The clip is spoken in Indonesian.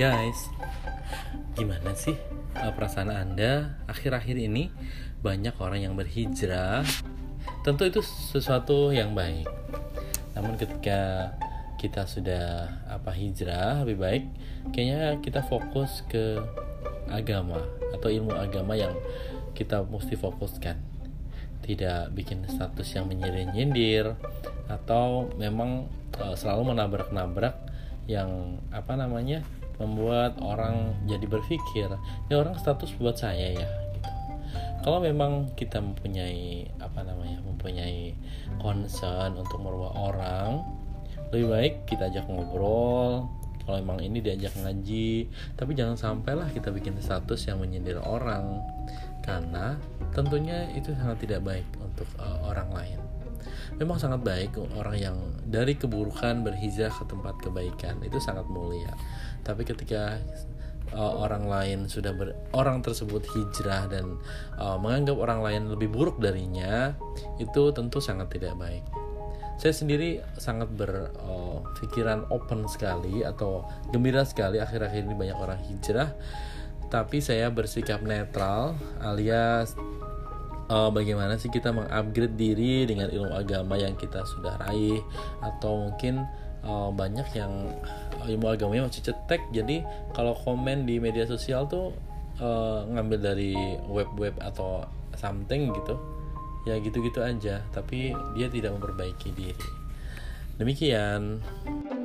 Guys, gimana sih perasaan Anda akhir-akhir ini? Banyak orang yang berhijrah. Tentu itu sesuatu yang baik. Namun ketika kita sudah hijrah, lebih baik kayaknya kita fokus ke agama atau ilmu agama yang kita mesti fokuskan. Tidak bikin status yang menyindir-nyindir atau memang selalu menabrak-nabrak yang membuat orang jadi berpikir ini orang status buat saya ya gitu. Kalau memang kita mempunyai concern untuk merubah orang, lebih baik kita ajak ngobrol. Kalau memang ini diajak ngaji, tapi jangan sampailah kita bikin status yang menyindir orang, karena tentunya itu sangat tidak baik untuk orang lain. Memang sangat baik orang yang dari keburukan berhijrah ke tempat kebaikan, itu sangat mulia. Tapi ketika orang tersebut hijrah dan menganggap orang lain lebih buruk darinya, itu tentu sangat tidak baik. Saya sendiri sangat berpikiran open sekali atau gembira sekali akhir-akhir ini banyak orang hijrah, tapi saya bersikap netral, alias bagaimana sih kita mengupgrade diri dengan ilmu agama yang kita sudah raih, atau mungkin banyak yang ilmu agamanya masih cetek, jadi kalau komen di media sosial tuh ngambil dari web atau something gitu ya, gitu-gitu aja, tapi dia tidak memperbaiki diri. Demikian.